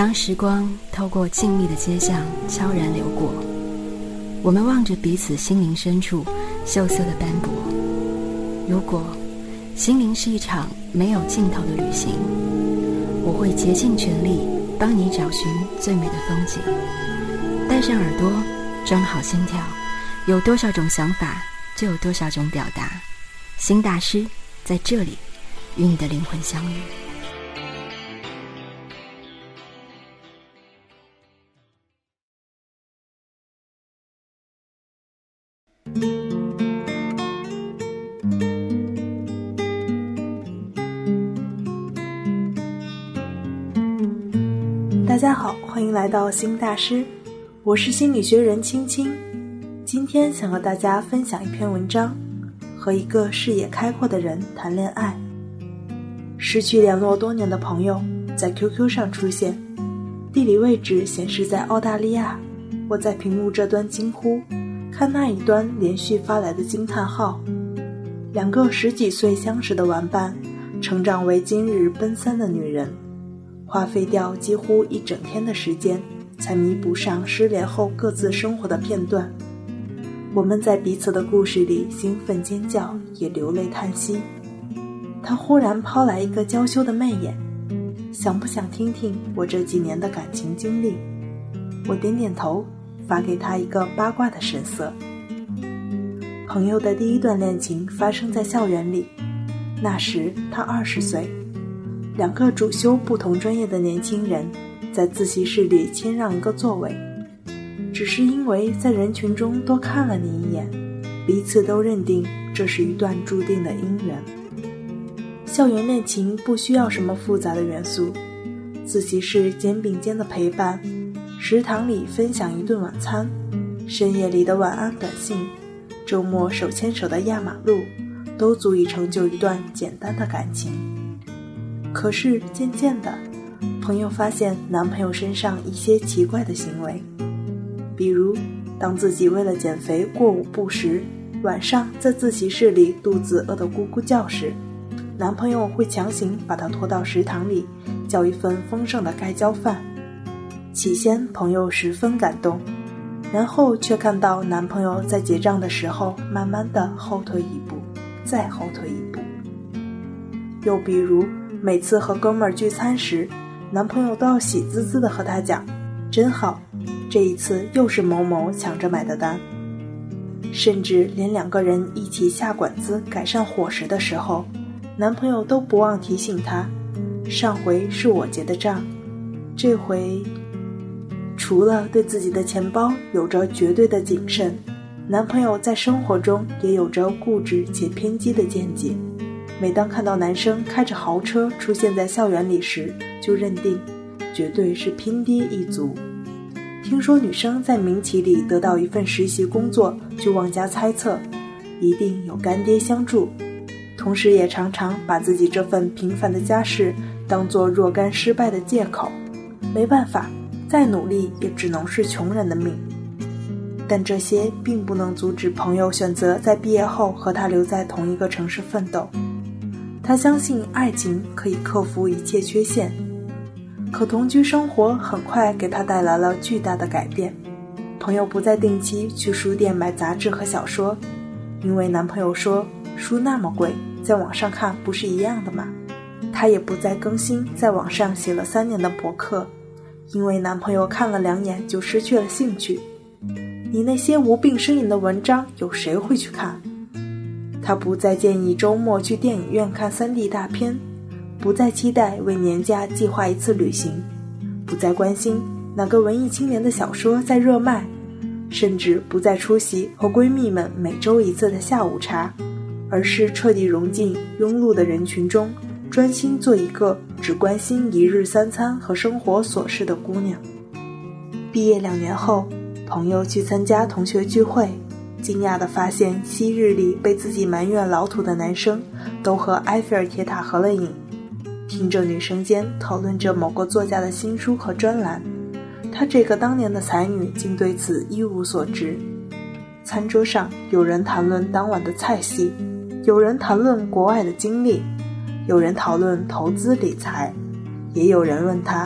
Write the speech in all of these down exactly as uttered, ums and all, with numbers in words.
当时光透过静谧的街巷悄然流过，我们望着彼此心灵深处锈色的斑驳。如果心灵是一场没有尽头的旅行，我会竭尽全力帮你找寻最美的风景。带上耳朵，装好心跳，有多少种想法就有多少种表达。心大师在这里与你的灵魂相遇。 大家好，欢迎来到心大师，我是心理学人青青。今天想和大家分享一篇文章，和一个视野开阔的人谈恋爱。失去联络多年的朋友在 Q Q 上出现，地理位置显示在澳大利亚。我在屏幕这端惊呼，看那一端连续发来的惊叹号。两个十几岁相识的玩伴，成长为今日奔三的女人，花费掉几乎一整天的时间，才弥补上失联后各自生活的片段。我们在彼此的故事里兴奋尖叫，也流泪叹息。他忽然抛来一个娇羞的媚眼，想不想听听我这几年的感情经历？我点点头，发给他一个八卦的神色。朋友的第一段恋情发生在校园里，那时他二十岁，两个主修不同专业的年轻人在自习室里谦让一个座位，只是因为在人群中多看了你一眼，彼此都认定这是一段注定的姻缘。校园恋情不需要什么复杂的元素，自习室肩并肩的陪伴，食堂里分享一顿晚餐，深夜里的晚安短信，周末手牵手的压马路，都足以成就一段简单的感情。可是渐渐的，朋友发现男朋友身上一些奇怪的行为，比如当自己为了减肥过午不食，晚上在自习室里肚子饿得咕咕叫时，男朋友会强行把她拖到食堂里，叫一份丰盛的盖浇饭。起先朋友十分感动，然后却看到男朋友在结账的时候慢慢的后退一步，再后退一步。又比如每次和哥们儿聚餐时，男朋友都要喜滋滋地和他讲，真好，这一次又是某某抢着买的单。甚至连两个人一起下馆子改善伙食的时候，男朋友都不忘提醒他，上回是我结的账，这回。除了对自己的钱包有着绝对的谨慎，男朋友在生活中也有着固执且偏激的见解。每当看到男生开着豪车出现在校园里时，就认定绝对是拼爹一族。听说女生在民企里得到一份实习工作，就妄加猜测一定有干爹相助，同时也常常把自己这份平凡的家世当作若干失败的借口。没办法，再努力也只能是穷人的命。但这些并不能阻止朋友选择在毕业后和他留在同一个城市奋斗。他相信爱情可以克服一切缺陷，可同居生活很快给他带来了巨大的改变。朋友不再定期去书店买杂志和小说，因为男朋友说书那么贵，在网上看不是一样的吗？他也不再更新在网上写了三年的博客，因为男朋友看了两眼就失去了兴趣。你那些无病呻吟的文章有谁会去看？他不再建议周末去电影院看 三 D 大片，不再期待为年假计划一次旅行，不再关心哪个文艺青年的小说在热卖，甚至不再出席和闺蜜们每周一次的下午茶，而是彻底融进庸碌的人群中，专心做一个只关心一日三餐和生活琐事的姑娘。毕业两年后，朋友去参加同学聚会，惊讶地发现昔日里被自己埋怨老土的男生都和埃菲尔铁塔合了影，听着女生间讨论着某个作家的新书和专栏，她这个当年的才女竟对此一无所知。餐桌上有人谈论当晚的菜系，有人谈论国外的经历，有人讨论投资理财，也有人问她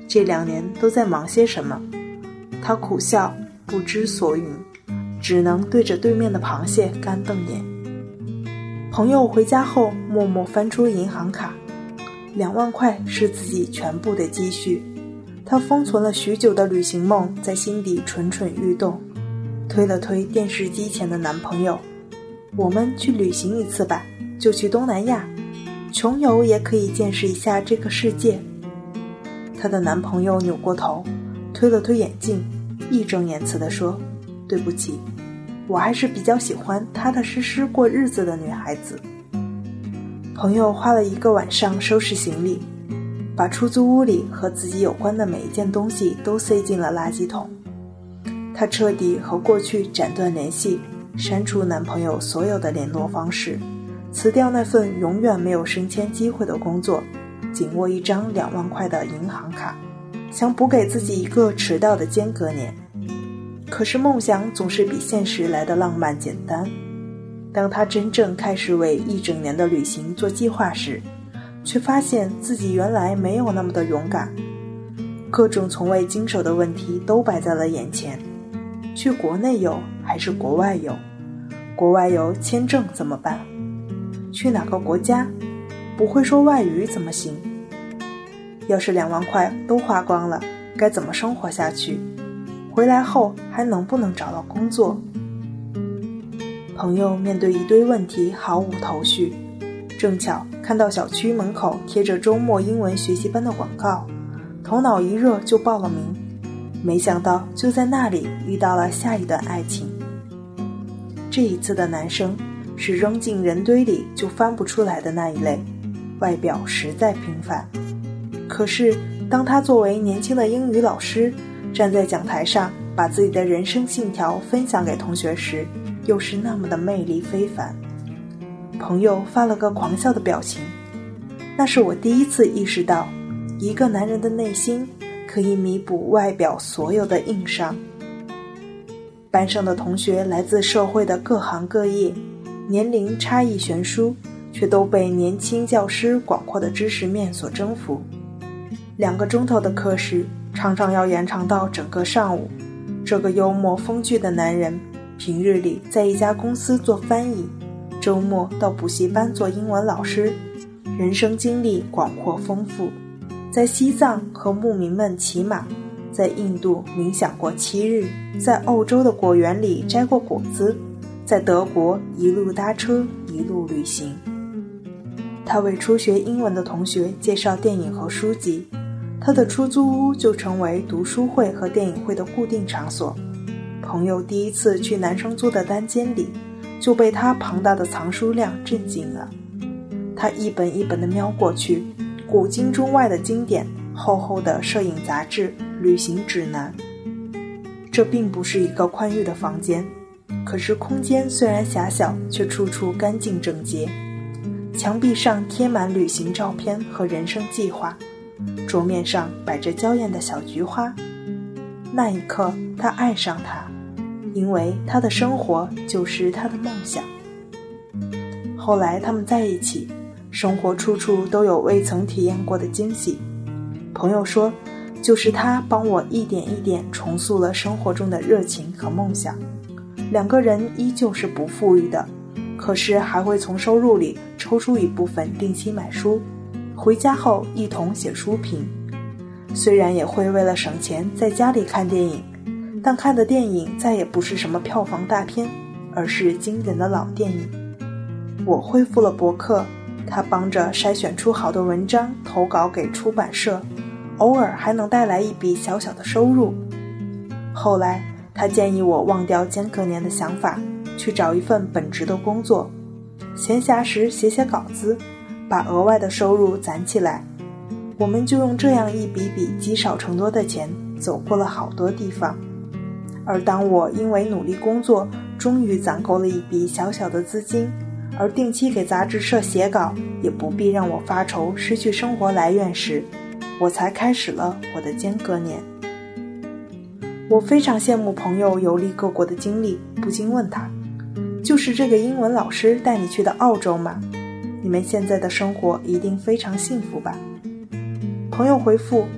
这两年都在忙些什么？他苦笑，不知所云，只能对着对面的螃蟹干瞪眼。朋友回家后默默翻出银行卡，两万块是自己全部的积蓄。他封存了许久的旅行梦在心底蠢蠢欲动，推了推电视机前的男朋友，我们去旅行一次吧，就去东南亚，穷游也可以见识一下这个世界。她的男朋友扭过头，推了推眼镜，义正言辞地说，对不起，我还是比较喜欢踏踏实实过日子的女孩子。朋友花了一个晚上收拾行李，把出租屋里和自己有关的每一件东西都塞进了垃圾桶。她彻底和过去斩断联系，删除男朋友所有的联络方式，辞掉那份永远没有升迁机会的工作，紧握一张两万块的银行卡，想补给自己一个迟到的间隔年。可是梦想总是比现实来的浪漫简单。当他真正开始为一整年的旅行做计划时，却发现自己原来没有那么的勇敢。各种从未经手的问题都摆在了眼前，去国内游还是国外游？国外游签证怎么办？去哪个国家？不会说外语怎么行？要是两万块都花光了，该怎么生活下去？回来后还能不能找到工作？朋友面对一堆问题毫无头绪，正巧看到小区门口贴着周末英文学习班的广告，头脑一热就报了名。没想到就在那里遇到了下一段爱情。这一次的男生是扔进人堆里就翻不出来的那一类，外表实在平凡。可是当他作为年轻的英语老师站在讲台上把自己的人生信条分享给同学时，又是那么的魅力非凡。朋友发了个狂笑的表情，那是我第一次意识到，一个男人的内心可以弥补外表所有的硬伤。班上的同学来自社会的各行各业，年龄差异悬殊，却都被年轻教师广阔的知识面所征服。两个钟头的课时常常要延长到整个上午。这个幽默风趣的男人平日里在一家公司做翻译，周末到补习班做英文老师，人生经历广阔丰富，在西藏和牧民们骑马，在印度冥想过七日，在欧洲的果园里摘过果子，在德国一路搭车一路旅行。他为初学英文的同学介绍电影和书籍，他的出租屋就成为读书会和电影会的固定场所。朋友第一次去男生租的单间里，就被他庞大的藏书量震惊了。他一本一本地瞄过去，古今中外的经典，厚厚的摄影杂志、旅行指南。这并不是一个宽裕的房间，可是空间虽然狭小，却处处干净整洁。墙壁上贴满旅行照片和人生计划，桌面上摆着娇艳的小菊花。那一刻，他爱上他，因为他的生活就是他的梦想。后来他们在一起，生活处处都有未曾体验过的惊喜。朋友说，就是他帮我一点一点重塑了生活中的热情和梦想。两个人依旧是不富裕的，可是还会从收入里抽出一部分定期买书，回家后一同写书评。虽然也会为了省钱在家里看电影，但看的电影再也不是什么票房大片，而是经典的老电影。我恢复了博客，他帮着筛选出好的文章投稿给出版社，偶尔还能带来一笔小小的收入。后来他建议我忘掉间隔年的想法，去找一份本职的工作，闲暇时写写稿子，把额外的收入攒起来。我们就用这样一笔笔积少成多的钱走过了好多地方。而当我因为努力工作终于攒够了一笔小小的资金，而定期给杂志社写稿也不必让我发愁失去生活来源时，我才开始了我的间隔年。我非常羡慕朋友游历各国的经历，不禁问他，就是这个英文老师带你去的澳洲吗？你们现在的生活一定非常幸福吧？朋友回复，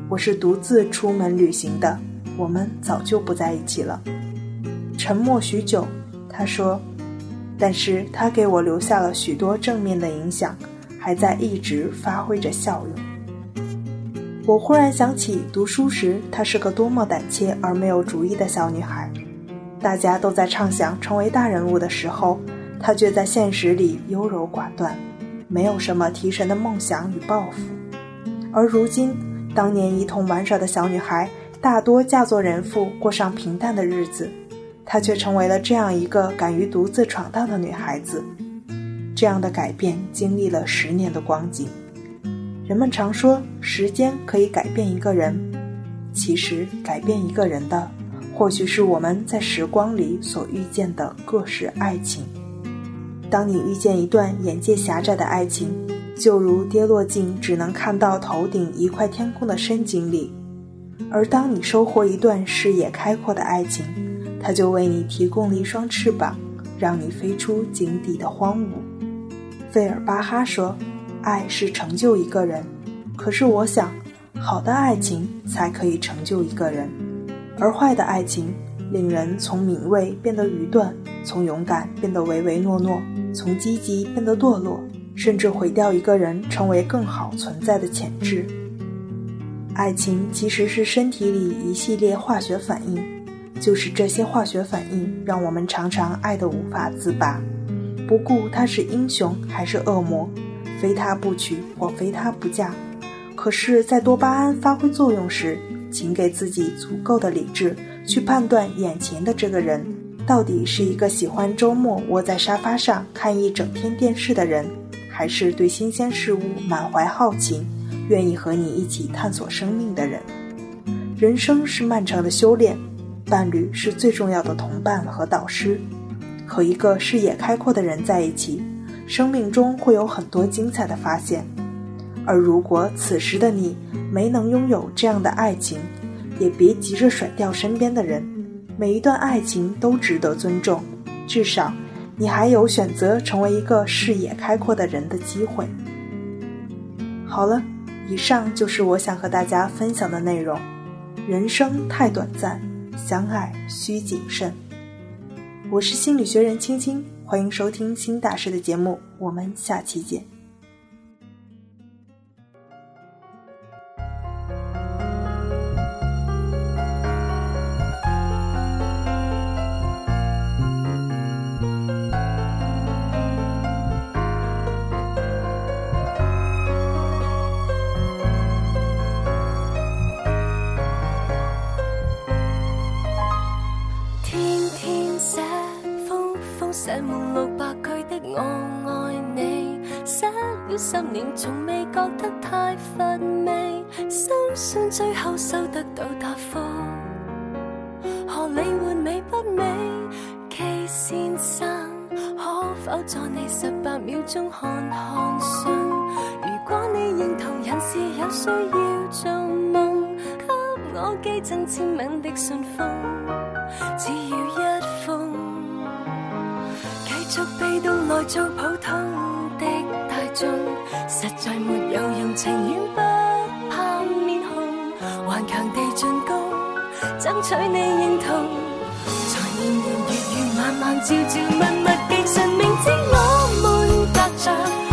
我是独自出门旅行的，我们早就不在一起了。沉默许久，他说，但是他给我留下了许多正面的影响，还在一直发挥着效用。我忽然想起读书时她是个多么胆怯而没有主意的小女孩，大家都在畅想成为大人物的时候，她却在现实里优柔寡断，没有什么提神的梦想与抱负。而如今，当年一同玩耍的小女孩大多嫁作人妇，过上平淡的日子，她却成为了这样一个敢于独自闯荡的女孩子。这样的改变经历了十年的光景。人们常说时间可以改变一个人，其实改变一个人的或许是我们在时光里所遇见的各式爱情。当你遇见一段眼界狭窄的爱情，就如跌落进只能看到头顶一块天空的深井里，而当你收获一段视野开阔的爱情，它就为你提供了一双翅膀，让你飞出井底的荒芜。费尔巴哈说，爱是成就一个人，可是我想，好的爱情才可以成就一个人，而坏的爱情令人从敏锐变得愚钝，从勇敢变得唯唯诺诺，从积极变得堕落，甚至毁掉一个人成为更好存在的潜质。爱情其实是身体里一系列化学反应，就是这些化学反应让我们常常爱得无法自拔，不顾他是英雄还是恶魔，非他不娶或非他不嫁。可是在多巴胺发挥作用时，请给自己足够的理智去判断眼前的这个人到底是一个喜欢周末窝在沙发上看一整天电视的人，还是对新鲜事物满怀好奇，愿意和你一起探索生命的人。人生是漫长的修炼，伴侣是最重要的同伴和导师。和一个视野开阔的人在一起，生命中会有很多精彩的发现。而如果此时的你没能拥有这样的爱情，也别急着甩掉身边的人，每一段爱情都值得尊重，至少你还有选择成为一个视野开阔的人的机会。好了，以上就是我想和大家分享的内容。人生太短暂，相爱需谨慎。我是心理学人青青，欢迎收听新大师的节目，我们下期见。 寫滿六百句的我愛你，寫了十年從未覺得太乏味，心酸最後收得到答覆，何理換美不美 K 先生，可否在你十八秒鐘看看信，如果你認同人是有需要做夢，給我寄贈簽名的信封，只要一封，繼續被動來做普通的大眾，實在沒有用，情願不怕面紅，頑強地進攻，爭取你認同，在年年月月晚晚朝朝密密記信，明知我們隔着